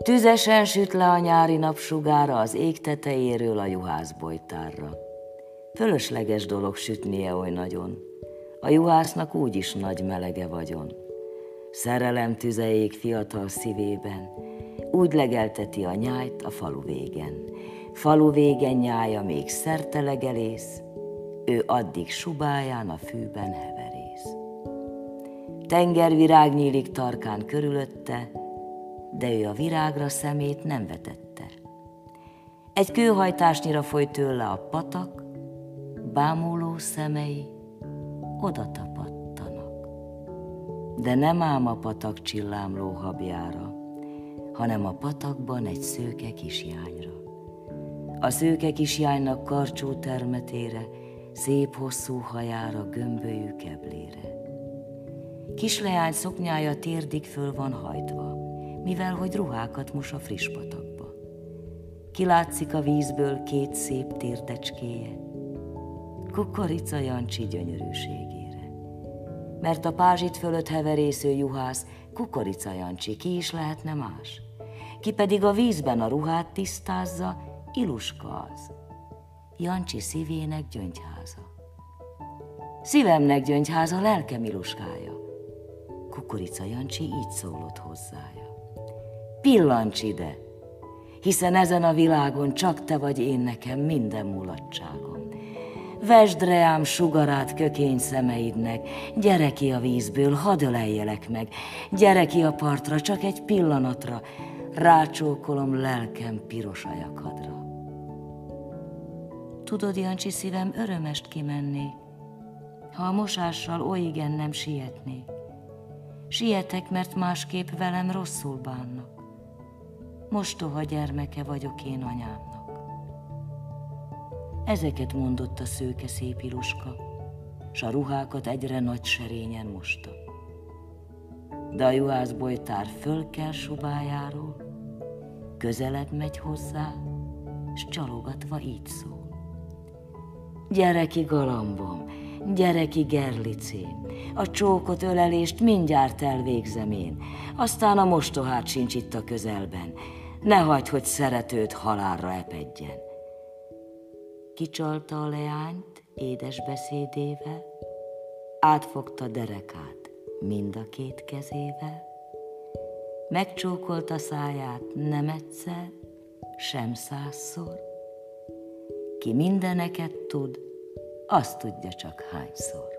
Tüzesen süt le a nyári napsugára az ég tetejéről a juhászbojtárra. Fölösleges dolog sütnie oly nagyon, a juhásznak úgyis nagy melege vagyon. Szerelem tüze ég fiatal szívében, úgy legelteti a nyájt a falu végen. Falu végen nyája még szertelegelész, ő addig subáján a fűben heverész. Tengervirág nyílik tarkán körülötte, de ő a virágra szemét nem vetette. Egy kőhajtásnyira folyt tőle a patak, bámuló szemei oda tapadtanak. De nem ám a patak csillámló habjára, hanem a patakban egy szőke kislányra. A szőke kislánynak karcsú termetére, szép hosszú hajára, gömbölyű keblére. Kisleány szoknyája térdig föl van hajtva, mivel hogy ruhákat mos a friss patakba. Kilátszik a vízből két szép térdecskéje, Kukorica Jancsi gyönyörűségére. Mert a pázsit fölött heverésző juhász Kukorica Jancsi, ki is lehetne más. Ki pedig a vízben a ruhát tisztázza, Iluska az, Jancsi szívének gyöngyháza. Szívemnek gyöngyháza, lelkem Iluskája. Kukorica Jancsi így szólott hozzája. Pillancs ide, hiszen ezen a világon csak te vagy én nekem minden mulatságom. Vesd reám sugarát kökény szemeidnek, gyere ki a vízből, hadd öleljelek meg, gyere ki a partra, csak egy pillanatra, rácsókolom lelkem piros ajakadra. Tudod, Jancsi szívem, örömest kimennék, ha a mosással olyigen nem sietnék. Sietek, mert másképp velem rosszul bánnak. Mostoha gyermeke vagyok én anyámnak. Ezeket mondott a szőke szép Iluska, s a ruhákat egyre nagy serényen mosta. De a juhászbojtár fölkel subájáról, közelebb megy hozzá, s csalogatva így szól. Gyere ki, galambom, gyere ki, gerlicém, a csókot, ölelést mindjárt elvégzem én, aztán a mostohát sincs itt a közelben, ne hagyd, hogy szeretőd halálra epedjen. Kicsalta a leányt édes beszédével, átfogta derekát mind a két kezével, megcsókolta száját nem egyszer, sem 100-szor, ki mindeneket tud, azt tudja csak hányszor.